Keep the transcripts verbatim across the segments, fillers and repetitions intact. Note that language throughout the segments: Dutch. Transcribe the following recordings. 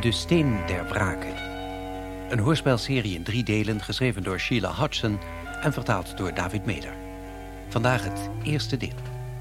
De Steen der Wraken. Een hoorspelserie in drie delen geschreven door Sheila Hodgson en vertaald door David Meder. Vandaag het eerste deel.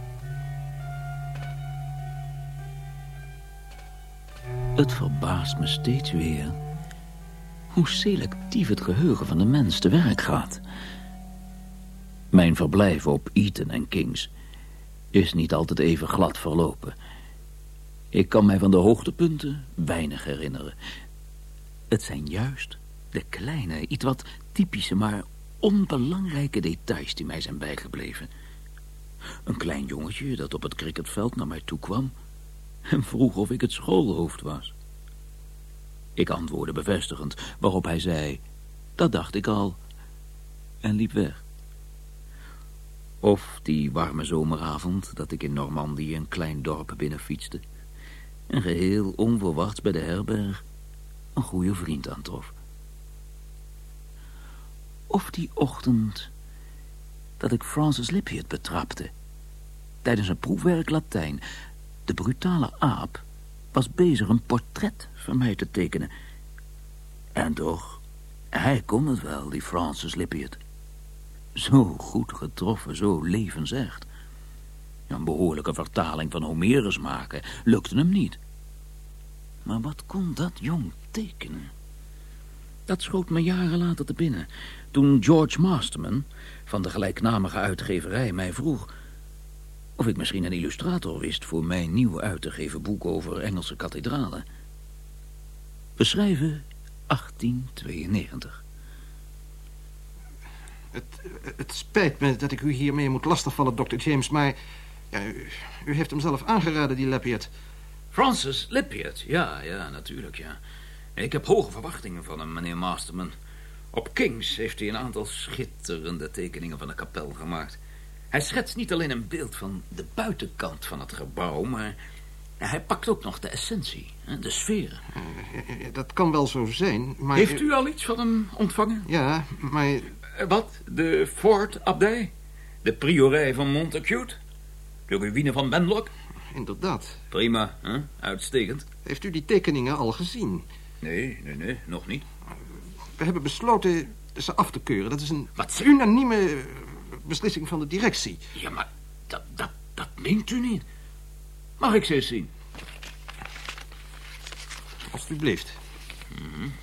Het verbaast me steeds weer hoe selectief het geheugen van de mens te werk gaat. Mijn verblijf op Eton en King's is niet altijd even glad verlopen. Ik kan mij van de hoogtepunten weinig herinneren. Het zijn juist de kleine, iets wat typische, maar onbelangrijke details die mij zijn bijgebleven. Een klein jongetje dat op het cricketveld naar mij toe kwam en vroeg of ik het schoolhoofd was. Ik antwoordde bevestigend, waarop hij zei, dat dacht ik al, en liep weg. Of die warme zomeravond dat ik in Normandië een klein dorp binnenfietste en geheel onverwachts bij de herberg een goede vriend aantrof. Of die ochtend dat ik Francis Lippiatt betrapte tijdens een proefwerk Latijn. De brutale aap was bezig een portret van mij te tekenen. En toch, hij kon het wel, die Francis Lippiatt. Zo goed getroffen, zo levensecht. Een behoorlijke vertaling van Homerus maken lukte hem niet. Maar wat kon dat jong tekenen? Dat schoot me jaren later te binnen, toen George Masterman van de gelijknamige uitgeverij mij vroeg of ik misschien een illustrator wist voor mijn nieuw uit te geven boek over Engelse kathedralen. We schrijven achttien tweeënnegentig. Het, het spijt me dat ik u hiermee moet lastigvallen, dokter James, maar ja, u, u heeft hem zelf aangeraden, die Lippiatt. Francis Lippiatt, ja, ja, natuurlijk, ja. Ik heb hoge verwachtingen van hem, meneer Masterman. Op King's heeft hij een aantal schitterende tekeningen van de kapel gemaakt. Hij schetst niet alleen een beeld van de buitenkant van het gebouw, maar hij pakt ook nog de essentie, de sfeer. Uh, dat kan wel zo zijn, maar... Heeft u al iets van hem ontvangen? Ja, maar... Wat? De Fort-abdij? De priorij van Montacute? De ruïne van Benlock? Inderdaad. Prima, hè? Uitstekend. Heeft u die tekeningen al gezien? Nee, nee, nee, nog niet. We hebben besloten ze af te keuren. Dat is een Wat? unanieme beslissing van de directie. Ja, maar dat, dat, dat meent u niet. Mag ik ze eens zien? Alsjeblieft. Mm-hmm.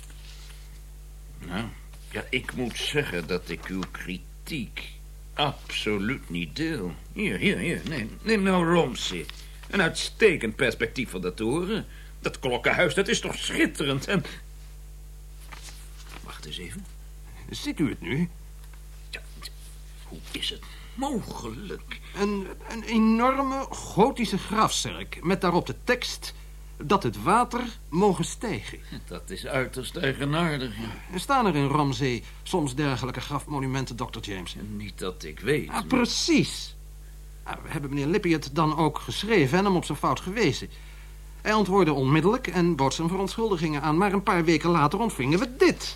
Nou, ja, ik moet zeggen dat ik uw kritiek absoluut niet deel. Hier, hier, hier. Neem, neem nou Romsey. Een uitstekend perspectief van dat toren. Dat klokkenhuis, dat is toch schitterend en... Wacht eens even. Ziet u het nu? Ja, hoe is het mogelijk? Een, een enorme gotische grafzerk met daarop de tekst dat het water mogen stijgen. Dat is uiterst eigenaardig. Ja. Staan er in Romsey soms dergelijke grafmonumenten, dokter James? Niet dat ik weet. Ah, precies. Ah, we hebben meneer Lippiatt dan ook geschreven en hem op zijn fout gewezen. Hij antwoordde onmiddellijk en bood zijn verontschuldigingen aan, maar een paar weken later ontvingen we dit.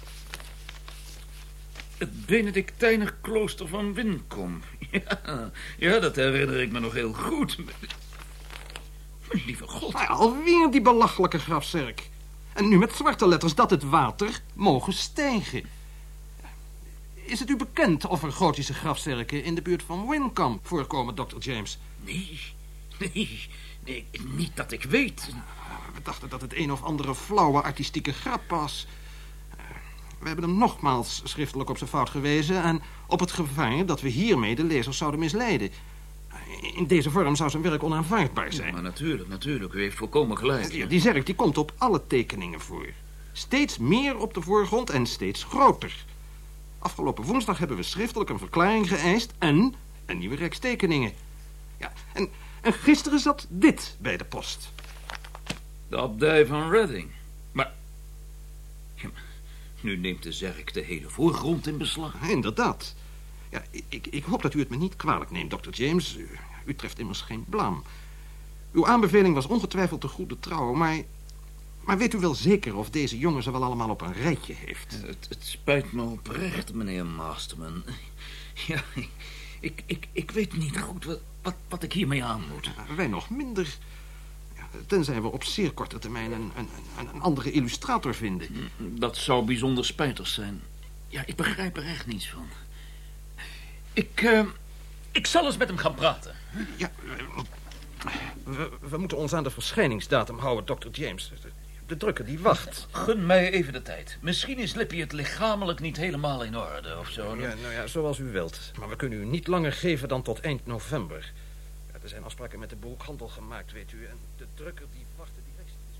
Het Benedictijner klooster van Wincombe. Ja, ja, dat herinner ik me nog heel goed. Mijn lieve god. Nou ja, alweer die belachelijke grafzerk. En nu met zwarte letters dat het water mogen stijgen. Is het u bekend of er gotische grafzerken in de buurt van Wincombe voorkomen, dokter James? Nee, nee, nee, niet dat ik weet. We dachten dat het een of andere flauwe artistieke grap was. We hebben hem nogmaals schriftelijk op zijn fout gewezen en op het gevaar dat we hiermee de lezers zouden misleiden. In deze vorm zou zijn werk onaanvaardbaar zijn. Ja, maar natuurlijk, natuurlijk. U heeft volkomen gelijk. Ja, die zerk die komt op alle tekeningen voor. Steeds meer op de voorgrond en steeds groter. Afgelopen woensdag hebben we schriftelijk een verklaring geëist en een nieuwe reeks tekeningen. Ja, en, en gisteren zat dit bij de post. De abdij van Reading. Maar... Ja, maar nu neemt de zerk de hele voorgrond in beslag. Inderdaad. Ja, ik, ik hoop dat u het me niet kwalijk neemt, dokter James. U, u treft immers geen blaam. Uw aanbeveling was ongetwijfeld de goede trouw, maar... Maar weet u wel zeker of deze jongen ze wel allemaal op een rijtje heeft? Het, het spijt me oprecht, meneer Masterman. Ja, ik, ik, ik weet niet goed wat, wat, wat ik hiermee aan moet. Ja, wij nog minder. Ja, Tenzij we op zeer korte termijn een, een, een, een andere illustrator vinden. Dat zou bijzonder spijtig zijn. Ja, ik begrijp er echt niets van. Ik, uh, ik zal eens met hem gaan praten. Ja, we, we moeten ons aan de verschijningsdatum houden, dokter James. De, de drukker die wacht. Gun mij even de tijd. Misschien is Lippy het lichamelijk niet helemaal in orde of zo. Ja, nou ja, zoals u wilt. Maar we kunnen u niet langer geven dan tot eind november. Ja, er zijn afspraken met de boekhandel gemaakt, weet u. En de drukker die wacht, de directie is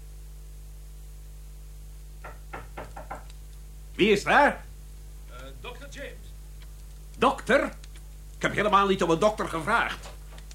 werkelijk. Wie is daar? Uh, dokter James. Dokter? Ik heb helemaal niet om een dokter gevraagd.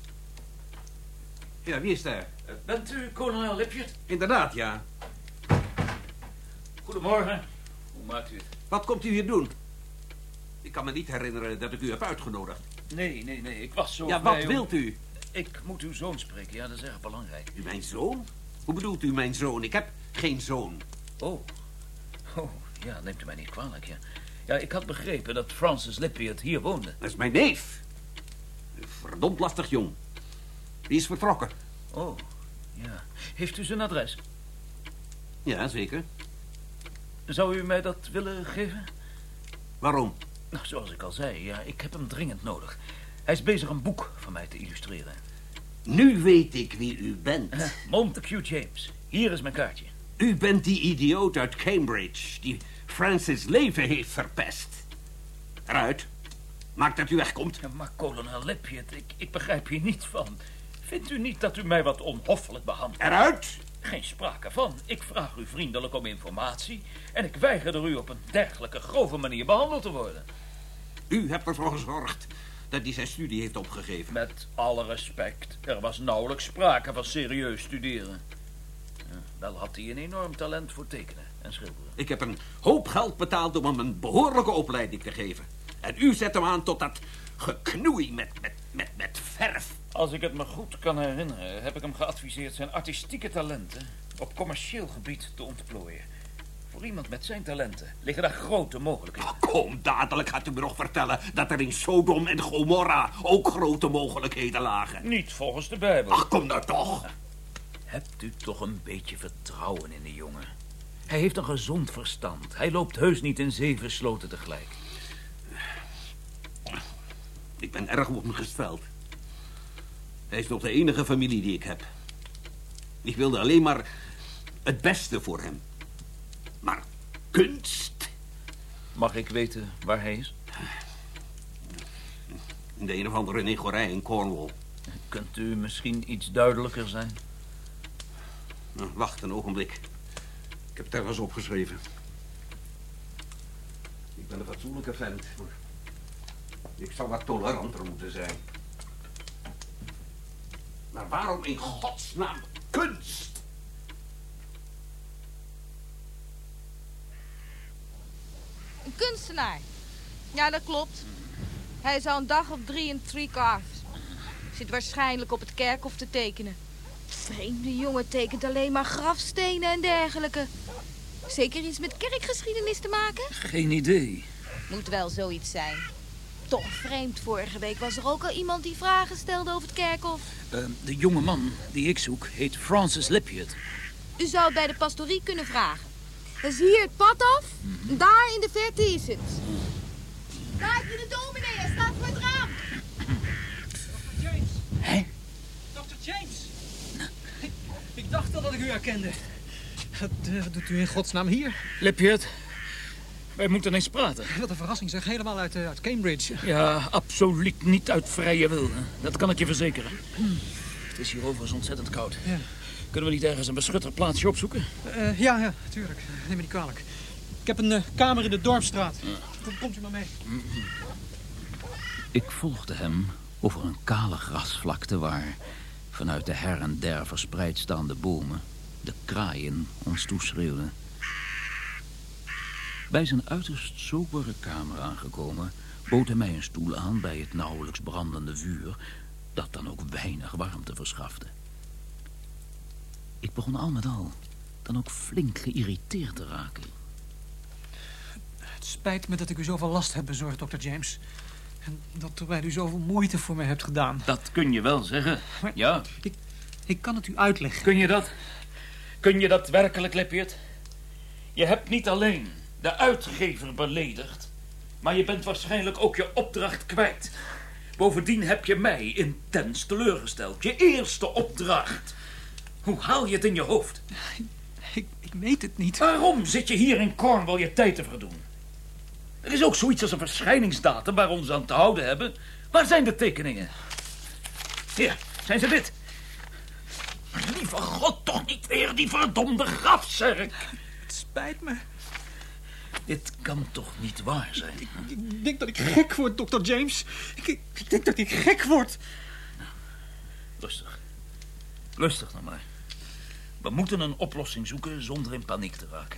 Ja, wie is daar? Uh, bent u kolonel Lippiot? Inderdaad, ja. Goedemorgen. Hoe maakt u het? Wat komt u hier doen? Ik kan me niet herinneren dat ik u heb uitgenodigd. Nee, nee, nee. Ik was zo... Ja, wat wilt u? Ik moet uw zoon spreken. Ja, dat is erg belangrijk. U mijn zoon? Hoe bedoelt u mijn zoon? Ik heb geen zoon. Oh. Oh, ja, neemt u mij niet kwalijk, ja. Ja, ik had begrepen dat Francis Lippiot hier woonde. Dat is mijn neef. Verdomd lastig jong. Die is vertrokken. Oh, ja. Heeft u zijn adres? Ja, zeker. Zou u mij dat willen geven? Waarom? Nou, zoals ik al zei, ja, ik heb hem dringend nodig. Hij is bezig een boek van mij te illustreren. Nu weet ik wie u bent. Uh, Montague James. Hier is mijn kaartje. U bent die idioot uit Cambridge die Francis' leven heeft verpest. Eruit. Maak dat u wegkomt. Ja, maar kolonel Lippiot, ik, ik begrijp hier niets van. Vindt u niet dat u mij wat onhoffelijk behandelt? Eruit! Geen sprake van. Ik vraag u vriendelijk om informatie en ik weiger er u op een dergelijke grove manier behandeld te worden. U hebt ervoor gezorgd dat hij zijn studie heeft opgegeven. Met alle respect, er was nauwelijks sprake van serieus studeren. Ja, wel had hij een enorm talent voor tekenen en schilderen. Ik heb een hoop geld betaald om hem een behoorlijke opleiding te geven. En u zet hem aan tot dat geknoei met, met, met, met verf. Als ik het me goed kan herinneren, heb ik hem geadviseerd zijn artistieke talenten op commercieel gebied te ontplooien. Voor iemand met zijn talenten liggen daar grote mogelijkheden. Oh, kom, dadelijk gaat u me nog vertellen dat er in Sodom en Gomorra ook grote mogelijkheden lagen. Niet volgens de Bijbel. Ach, kom nou toch. Hebt u toch een beetje vertrouwen in de jongen? Hij heeft een gezond verstand. Hij loopt heus niet in zeven sloten tegelijk. Ik ben erg op hem gesteld. Hij is nog de enige familie die ik heb. Ik wilde alleen maar het beste voor hem. Maar kunst... Mag ik weten waar hij is? In de een of andere negorij in Cornwall. Kunt u misschien iets duidelijker zijn? Nou, wacht een ogenblik. Ik heb het ergens opgeschreven. Ik ben een fatsoenlijke vent. Ik zou wat toleranter moeten zijn. Maar waarom in godsnaam kunst? Een kunstenaar. Ja, dat klopt. Hij is al een dag of drie in Three Cars. Zit waarschijnlijk op het kerkhof te tekenen. Vreemde jongen tekent alleen maar grafstenen en dergelijke. Zeker iets met kerkgeschiedenis te maken? Geen idee. Moet wel zoiets zijn. Toch vreemd. Vorige week was er ook al iemand die vragen stelde over het kerkhof. Uh, de jonge man die ik zoek heet Francis Lippiot. U zou het bij de pastorie kunnen vragen. Dan is hier het pad af. En daar in de verte is het. Daar heb je de dominee. Hij staat voor het raam. dokter James. Hé? dokter James. Ik, ik dacht al dat ik u herkende. Wat, uh, wat doet u in godsnaam hier? Lippiot, wij moeten eens praten. Wat een verrassing zeg. Helemaal uit, uh, uit Cambridge. Ja, absoluut niet uit vrije wil. Dat kan ik je verzekeren. Het is hier overigens ontzettend koud. Ja. Kunnen we niet ergens een beschutter plaatsje opzoeken? Uh, ja, ja, tuurlijk. Neem me niet kwalijk. Ik heb een uh, kamer in de Dorpsstraat. Kom, komt u maar mee. Ik volgde hem over een kale grasvlakte waar, vanuit de her en der verspreid staande bomen, de kraaien ons toeschreeuwden. Bij zijn uiterst sobere kamer aangekomen, bood hij mij een stoel aan bij het nauwelijks brandende vuur, dat dan ook weinig warmte verschafte. Ik begon al met al dan ook flink geïrriteerd te raken. Het spijt me dat ik u zoveel last heb bezorgd, dokter James. En dat terwijl u zoveel moeite voor mij hebt gedaan. Dat kun je wel zeggen, ja. Ik, Ik kan het u uitleggen. Kun je dat? Kun je dat werkelijk, Lippiot? Je hebt niet alleen de uitgever beledigd, maar je bent waarschijnlijk ook je opdracht kwijt. Bovendien heb je mij intens teleurgesteld. Je eerste opdracht. Hoe haal je het in je hoofd? Ik, ik weet het niet. Waarom zit je hier in Cornwall je tijd te verdoen? Er is ook zoiets als een verschijningsdatum waar we ons aan te houden hebben. Waar zijn de tekeningen? Hier, zijn ze dit? Maar lieve God, toch niet weer die verdomde grafzerk. Het spijt me. Dit kan toch niet waar zijn? Ik, ik denk dat ik gek word, dokter James. Ik, ik, ik denk dat ik gek word. Nou, rustig. Rustig nou maar. We moeten een oplossing zoeken zonder in paniek te raken.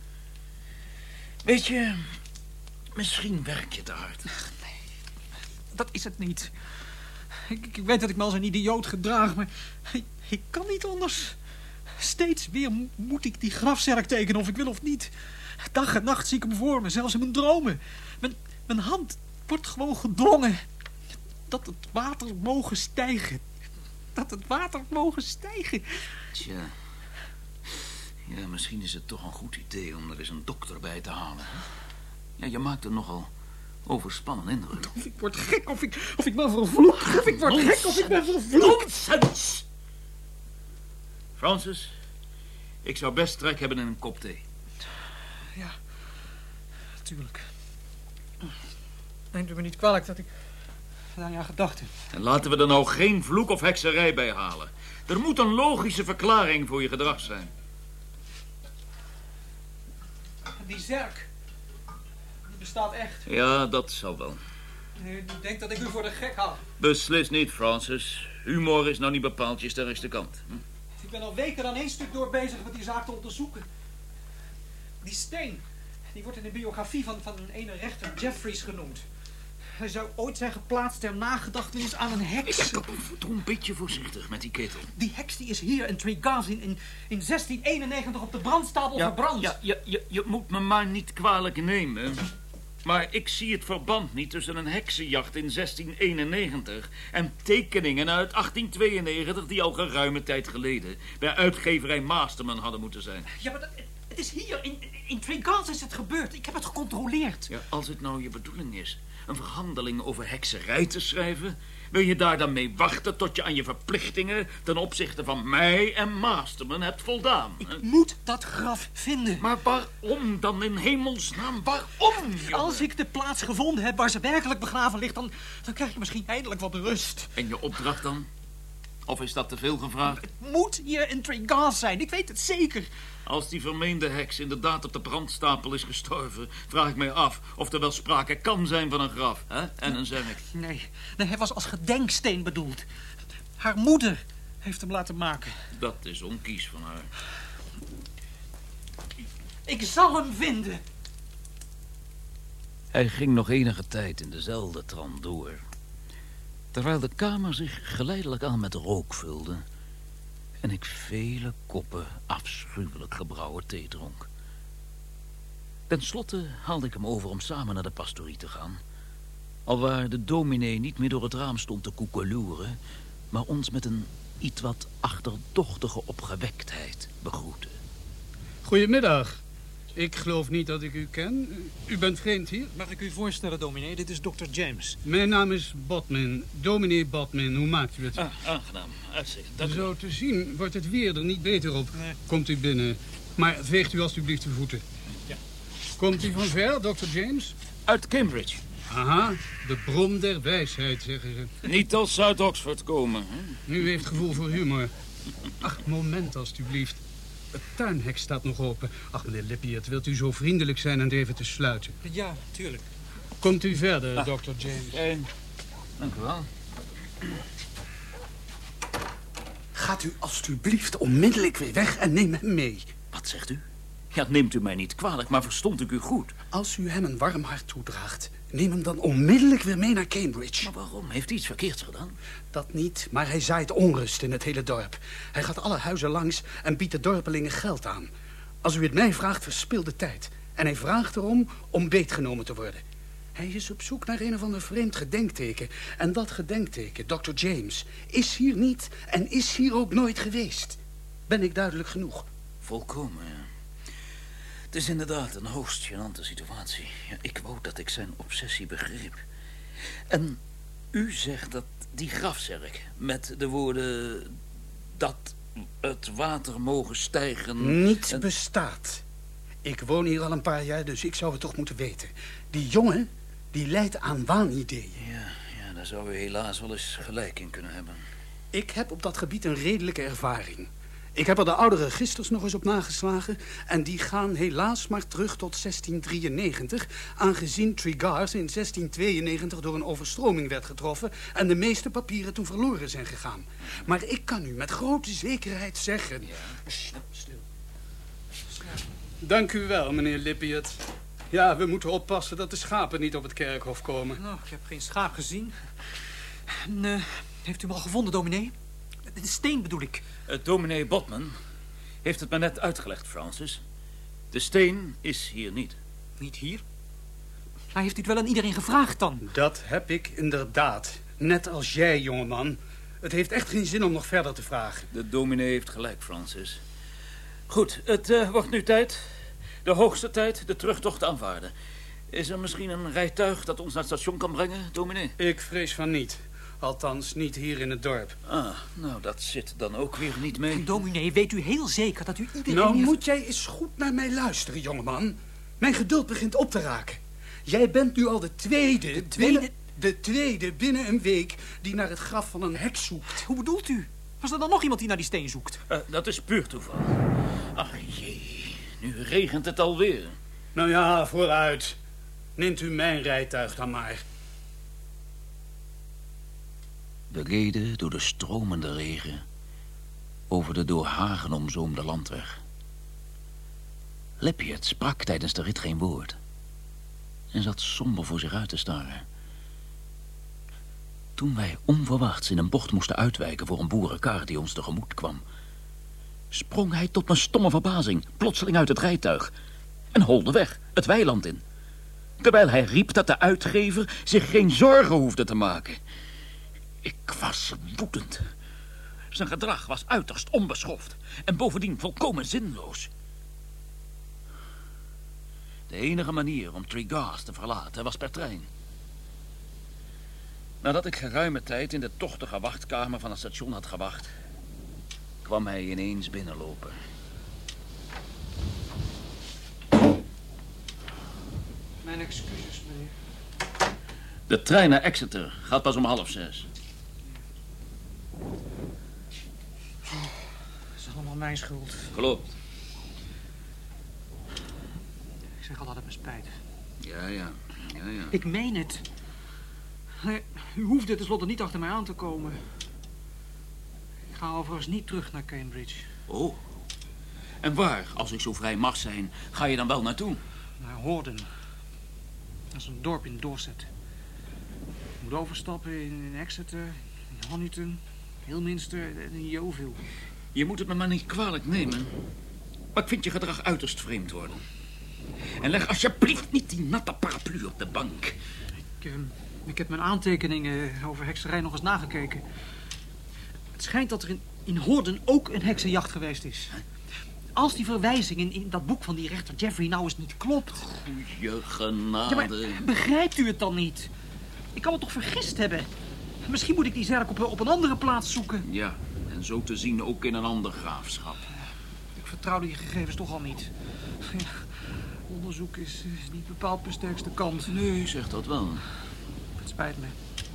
Weet je, misschien werk je te hard. Nee, dat is het niet. Ik, ik weet dat ik me als een idioot gedraag, maar ik, ik kan niet anders. Steeds weer moet ik die grafzerk tekenen, of ik wil of niet. Dag en nacht zie ik hem voor me, zelfs in mijn dromen. Mijn, mijn hand wordt gewoon gedwongen. Dat het water mogen stijgen. Dat het water mogen stijgen. Tja. Ja, misschien is het toch een goed idee om er eens een dokter bij te halen. Ja, je maakt er nogal overspannen indruk. Of ik word gek, of ik, of ik ben vervloekt. Of ik word gek, of ik ben vervloekt. Nonsens! Francis, ik zou best trek hebben in een kop thee. Ja, natuurlijk. Neemt u me niet kwalijk dat ik aan jouw gedachten. En laten we er nou geen vloek of hekserij bij halen. Er moet een logische verklaring voor je gedrag zijn. Die zerk, die bestaat echt. Ja, dat zal wel. U denkt dat ik u voor de gek hou. Beslist niet, Francis. Humor is nou niet bepaald je sterkste kant. Hm? Ik ben al weken aan één stuk door bezig met die zaak te onderzoeken. Die steen, die wordt in de biografie van, van een ene rechter Jeffries genoemd. Hij zou ooit zijn geplaatst ter nagedachtenis aan een heks. Doe een beetje voorzichtig met die ketel. Die heks die is hier in Tregarth in, in, in zestien eenennegentig op de brandstapel ja, verbrand. Ja, je, je, je moet me maar niet kwalijk nemen. Maar ik zie het verband niet tussen een heksenjacht in zestien eenennegentig... en tekeningen uit achttien tweeënnegentig... die al geruime tijd geleden bij uitgeverij Masterman hadden moeten zijn. Ja, maar dat, het is hier, in, in Tregarth is het gebeurd. Ik heb het gecontroleerd. Ja, als het nou je bedoeling is een verhandeling over hekserij te schrijven, wil je daar dan mee wachten tot je aan je verplichtingen ten opzichte van mij en Masterman hebt voldaan? Ik hè? moet dat graf vinden. Maar waarom dan in hemelsnaam? Waarom, jongen? Als ik de plaats gevonden heb waar ze werkelijk begraven ligt, dan, dan krijg ik misschien eindelijk wat rust. En je opdracht dan? Of is dat te veel gevraagd? Het moet hier in Tregarth zijn, ik weet het zeker. Als die vermeende heks inderdaad op de brandstapel is gestorven, vraag ik mij af of er wel sprake kan zijn van een graf, hè? En een zerk. Nee, nee, hij was als gedenksteen bedoeld. Haar moeder heeft hem laten maken. Dat is onkies van haar. Ik zal hem vinden. Hij ging nog enige tijd in dezelfde trant door, terwijl de kamer zich geleidelijk aan met rook vulde en ik vele koppen afschuwelijk gebrouwen thee dronk. Ten slotte haalde ik hem over om samen naar de pastorie te gaan, alwaar de dominee niet meer door het raam stond te koekeloeren, maar ons met een ietwat achterdochtige opgewektheid begroette. Goedemiddag. Ik geloof niet dat ik u ken. U bent vreemd hier? Mag ik u voorstellen, dominee? Dit is dokter James. Mijn naam is Bodmin. Dominee Bodmin. Hoe maakt u het? Ah, aangenaam. Uitstekend. Dank u. Zo te zien wordt het weer er niet beter op. Nee. Komt u binnen. Maar veegt u alstublieft de voeten. Ja. Komt u van ver, dokter James? Uit Cambridge. Aha, de bron der wijsheid, zeggen ze. Niet als ze uit Oxford komen. Hè? U heeft gevoel voor humor. Ach, moment alstublieft. Het tuinhek staat nog open. Ach, meneer Lippiot, wilt u zo vriendelijk zijn en het even te sluiten? Ja, tuurlijk. Komt u verder, ah. dokter James. Fijn. Dank u wel. Gaat u alstublieft onmiddellijk weer weg en neem hem mee. Wat zegt u? Ja, neemt u mij niet kwalijk, maar verstond ik u goed? Als u hem een warm hart toedraagt, neem hem dan onmiddellijk weer mee naar Cambridge. Maar waarom? Heeft hij iets verkeerds gedaan? Dat niet, maar hij zaait onrust in het hele dorp. Hij gaat alle huizen langs en biedt de dorpelingen geld aan. Als u het mij vraagt, verspil de tijd. En hij vraagt erom om beetgenomen te worden. Hij is op zoek naar een of ander vreemd gedenkteken. En dat gedenkteken, dokter James, is hier niet en is hier ook nooit geweest. Ben ik duidelijk genoeg? Volkomen, ja. Het is inderdaad een hoogst gênante situatie. Ja, ik wou dat ik zijn obsessie begreep. En u zegt dat die grafzerk met de woorden dat het water mogen stijgen... Niet en... bestaat. Ik woon hier al een paar jaar, dus ik zou het toch moeten weten. Die jongen, die lijdt aan waanideeën. Ja, ja, daar zou u helaas wel eens gelijk in kunnen hebben. Ik heb op dat gebied een redelijke ervaring. Ik heb er de oude registers nog eens op nageslagen... en die gaan helaas maar terug tot zestien drieënnegentig... aangezien Tregarth in zestien tweeënnegentig door een overstroming werd getroffen... en de meeste papieren toen verloren zijn gegaan. Maar ik kan u met grote zekerheid zeggen... Ja. Stil. Dank u wel, meneer Lippiot. Ja, we moeten oppassen dat de schapen niet op het kerkhof komen. Nou, ik heb geen schaap gezien. En, uh, heeft u hem al gevonden, dominee? De steen bedoel ik. Uh, dominee Botman heeft het me net uitgelegd, Francis. De steen is hier niet. Niet hier? Maar heeft u het wel aan iedereen gevraagd dan? Dat heb ik inderdaad. Net als jij, jongeman. Het heeft echt geen zin om nog verder te vragen. De dominee heeft gelijk, Francis. Goed, het uh, wordt nu tijd. De hoogste tijd de terugtocht aanvaarden. Is er misschien een rijtuig dat ons naar het station kan brengen, dominee? Ik vrees van niet. Althans, niet hier in het dorp. Ah, nou, dat zit dan ook weer niet mee. Dominee, weet u heel zeker dat u iedereen... Nou, heeft... moet jij eens goed naar mij luisteren, jongeman. Mijn geduld begint op te raken. Jij bent nu al de tweede... De tweede? Binnen, de tweede binnen een week die naar het graf van een heks zoekt. Hoe bedoelt u? Was er dan nog iemand die naar die steen zoekt? Uh, dat is puur toeval. Ach jee, nu regent het alweer. Nou ja, vooruit. Neemt u mijn rijtuig dan maar. We reden door de stromende regen over de door hagen omzoomde landweg. Lippiot sprak tijdens de rit geen woord en zat somber voor zich uit te staren. Toen wij onverwachts in een bocht moesten uitwijken voor een boerenkar die ons tegemoet kwam, sprong hij tot mijn stomme verbazing plotseling uit het rijtuig en holde weg het weiland in, terwijl hij riep dat de uitgever zich geen zorgen hoefde te maken. Ik was woedend. Zijn gedrag was uiterst onbeschoft en bovendien volkomen zinloos. De enige manier om Tregarth te verlaten was per trein. Nadat ik geruime tijd in de tochtige wachtkamer van het station had gewacht, kwam hij ineens binnenlopen. Mijn excuses, meneer. De trein naar Exeter gaat pas om half zes. Dat is allemaal mijn schuld. Klopt. Ik zeg al dat het me spijt. Ja, ja. ja, ja. Ik meen het. Nee, u hoefde tenslotte niet achter mij aan te komen. Ik ga overigens niet terug naar Cambridge. Oh. En waar, als ik zo vrij mag zijn, ga je dan wel naartoe? Naar Horden. Dat is een dorp in Dorset. Je moet overstappen in, in Exeter, in Honiton, Hilminster en in Yeovil. Je moet het me maar niet kwalijk nemen, maar ik vind je gedrag uiterst vreemd worden. En leg alsjeblieft niet die natte paraplu op de bank. Ik, uh, ik heb mijn aantekeningen over hekserij nog eens nagekeken. Het schijnt dat er in, in Horden ook een heksenjacht geweest is. Als die verwijzing in, in dat boek van die rechter Jeffrey nou eens niet klopt. Goeie genade. Ja, maar begrijpt u het dan niet? Ik kan me toch vergist hebben? Misschien moet ik die zerk op, op een andere plaats zoeken. Ja, en zo te zien ook in een ander graafschap. Ik vertrouw die gegevens toch al niet. Ja, onderzoek is, is niet bepaald mijn sterkste kant. Nee, zeg dat wel. Het spijt me.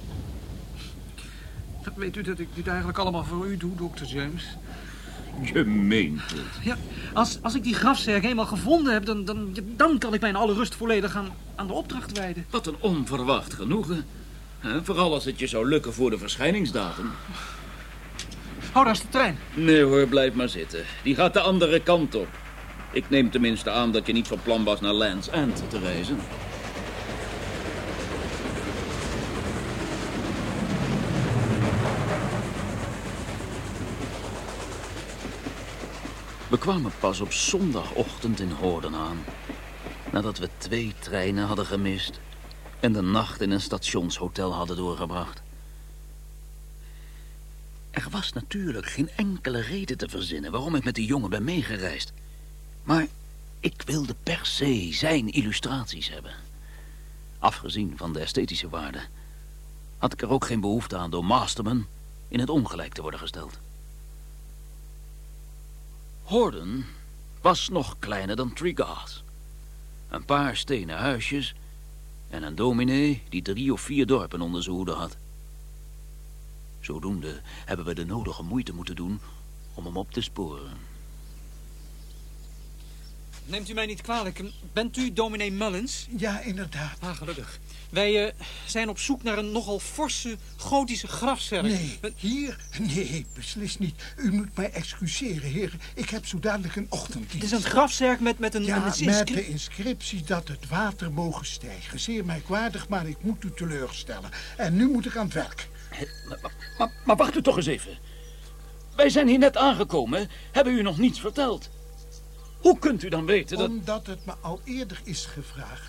Weet u dat ik dit eigenlijk allemaal voor u doe, dokter James? Je meent het. Ja, als, als ik die grafzerk eenmaal gevonden heb, dan, dan, dan kan ik mij in alle rust volledig aan, aan de opdracht wijden. Wat een onverwacht genoegen. He, vooral als het je zou lukken voor de verschijningsdatum. Hou, daar is de trein. Nee hoor, blijf maar zitten. Die gaat de andere kant op. Ik neem tenminste aan dat je niet van plan was naar Land's End te reizen. We kwamen pas op zondagochtend in Horden aan, nadat we twee treinen hadden gemist en de nacht in een stationshotel hadden doorgebracht. Er was natuurlijk geen enkele reden te verzinnen waarom ik met die jongen ben meegereisd. Maar ik wilde per se zijn illustraties hebben. Afgezien van de esthetische waarde had ik er ook geen behoefte aan door Masterman in het ongelijk te worden gesteld. Horden was nog kleiner dan Treegaard. Een paar stenen huisjes en een dominee die drie of vier dorpen onder zijn hoede had. Zodoende hebben we de nodige moeite moeten doen om hem op te sporen. Neemt u mij niet kwalijk. Bent u dominee Mullins? Ja, inderdaad. Ah, gelukkig. Wij uh, zijn op zoek naar een nogal forse gotische grafzerk. Nee, hier? Nee, beslist niet. U moet mij excuseren, heren. Ik heb zo dadelijk een ochtenddienst. Het is een grafzerk met, met een... Ja, een met inscriptie. de inscriptie dat het water mogen stijgen. Zeer merkwaardig, maar ik moet u teleurstellen. En nu moet ik aan het werk. Maar, maar, maar wacht u toch eens even. Wij zijn hier net aangekomen. Hebben u nog niets verteld? Hoe kunt u dan weten dat... Omdat het me al eerder is gevraagd.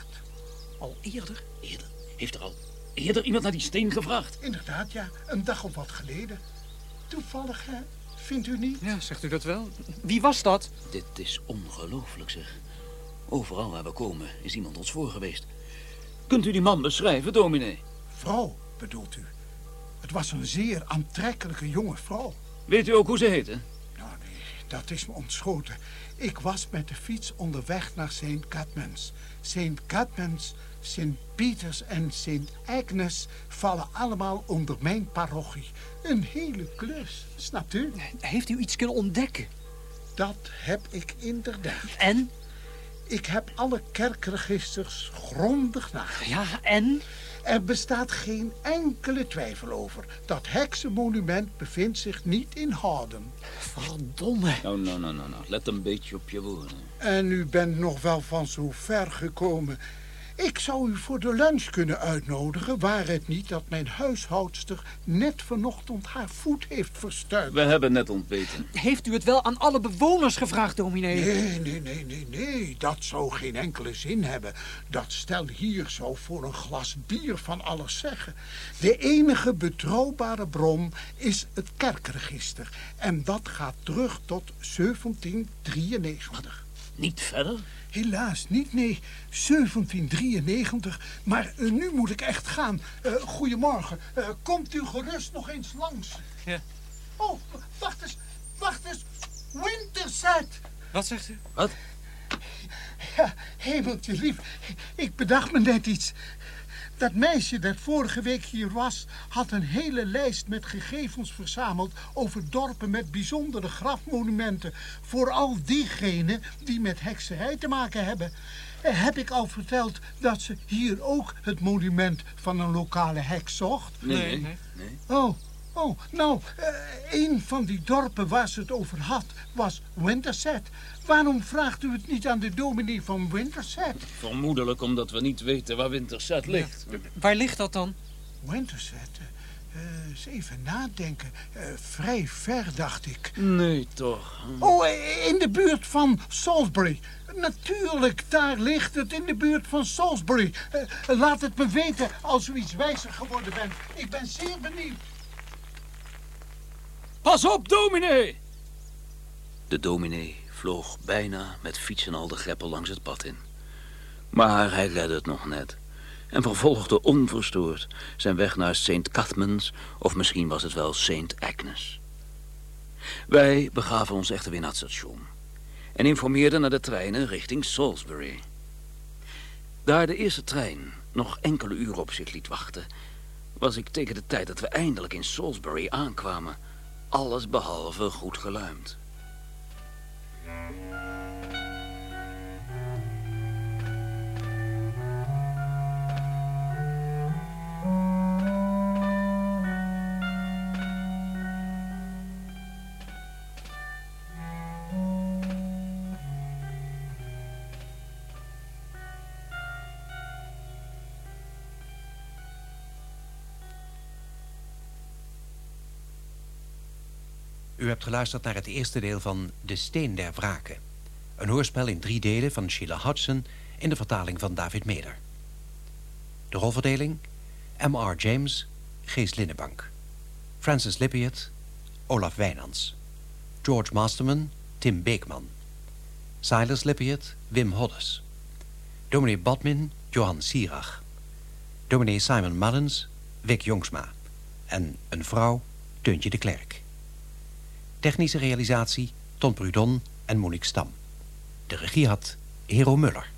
Al eerder? Eerder? Heeft er al eerder iemand naar die steen gevraagd? Inderdaad, ja. Een dag of wat geleden. Toevallig, hè? Vindt u niet? Ja, zegt u dat wel? Wie was dat? Dit is ongelooflijk, zeg. Overal waar we komen is iemand ons voor geweest. Kunt u die man beschrijven, dominee? Vrouw, bedoelt u? Het was een zeer aantrekkelijke jonge vrouw. Weet u ook hoe ze heette? Nou, nee, dat is me ontschoten. Ik was met de fiets onderweg naar Saint Cadmans. Saint Cadmans, Sint Pieters en Sint Agnes vallen allemaal onder mijn parochie. Een hele klus, snapt u? Heeft u iets kunnen ontdekken? Dat heb ik inderdaad. En? Ik heb alle kerkregisters grondig nagegaan. Ja, en? Er bestaat geen enkele twijfel over. Dat heksenmonument bevindt zich niet in Horden. Verdomme. Nou, nou, nou, nou, nou. Let een beetje op je woorden. En u bent nog wel van zo ver gekomen. Ik zou u voor de lunch kunnen uitnodigen, waar het niet dat mijn huishoudster net vanochtend haar voet heeft verstuikt. We hebben net ontbeten. Heeft u het wel aan alle bewoners gevraagd, dominee? Nee, nee, nee, nee, nee. Dat zou geen enkele zin hebben. Dat stel hier zou voor een glas bier van alles zeggen. De enige betrouwbare bron is het kerkregister. En dat gaat terug tot zeventien drieënnegentig. Niet verder? Helaas niet, nee. zeventien drieënnegentig. Maar uh, nu moet ik echt gaan. Uh, goedemorgen. Uh, komt u gerust nog eens langs? Ja. Oh, wacht eens. Wacht eens. Winterset. Wat zegt u? Wat? Ja, hemeltje lief. Ik bedacht me net iets. Dat meisje dat vorige week hier was, had een hele lijst met gegevens verzameld over dorpen met bijzondere grafmonumenten. Vooral diegenen die met hekserij te maken hebben. Heb ik al verteld dat ze hier ook het monument van een lokale heks zocht? Nee, nee. nee. nee. Oh, oh, nou, uh, een van die dorpen waar ze het over had was Winterset. Waarom vraagt u het niet aan de dominee van Winterset? Vermoedelijk omdat we niet weten waar Winterset ligt. Ja. Waar ligt dat dan? Winterset? Uh, eens even nadenken. Uh, vrij ver, dacht ik. Nee, toch. Oh, in de buurt van Salisbury. Natuurlijk, daar ligt het, in de buurt van Salisbury. Uh, laat het me weten als u iets wijzer geworden bent. Ik ben zeer benieuwd. Pas op, dominee! De dominee vloog bijna met fiets en al de greppel langs het pad in. Maar hij redde het nog net en vervolgde onverstoord zijn weg naar Saint Cadmans, of misschien was het wel Saint Agnes. Wij begaven ons echter weer naar het station en informeerden naar de treinen richting Salisbury. Daar de eerste trein nog enkele uren op zich liet wachten, was ik tegen de tijd dat we eindelijk in Salisbury aankwamen alles behalve goed geluimd. U hebt geluisterd naar het eerste deel van De Steen der Wraken. Een hoorspel in drie delen van Sheila Hodgson in de vertaling van David Meder. De rolverdeling: M R James, Gees Linnebank. Francis Lippiet, Olaf Wijnands. George Masterman, Tim Beekman. Silas Lippiet, Wim Hoddes. Dominee Badmin, Johan Sierach. Dominee Simon Mullins, Wick Jongsma. En een vrouw, Teuntje de Klerk. Technische realisatie, Ton Prudon en Monique Stam. De regie had Hero Muller.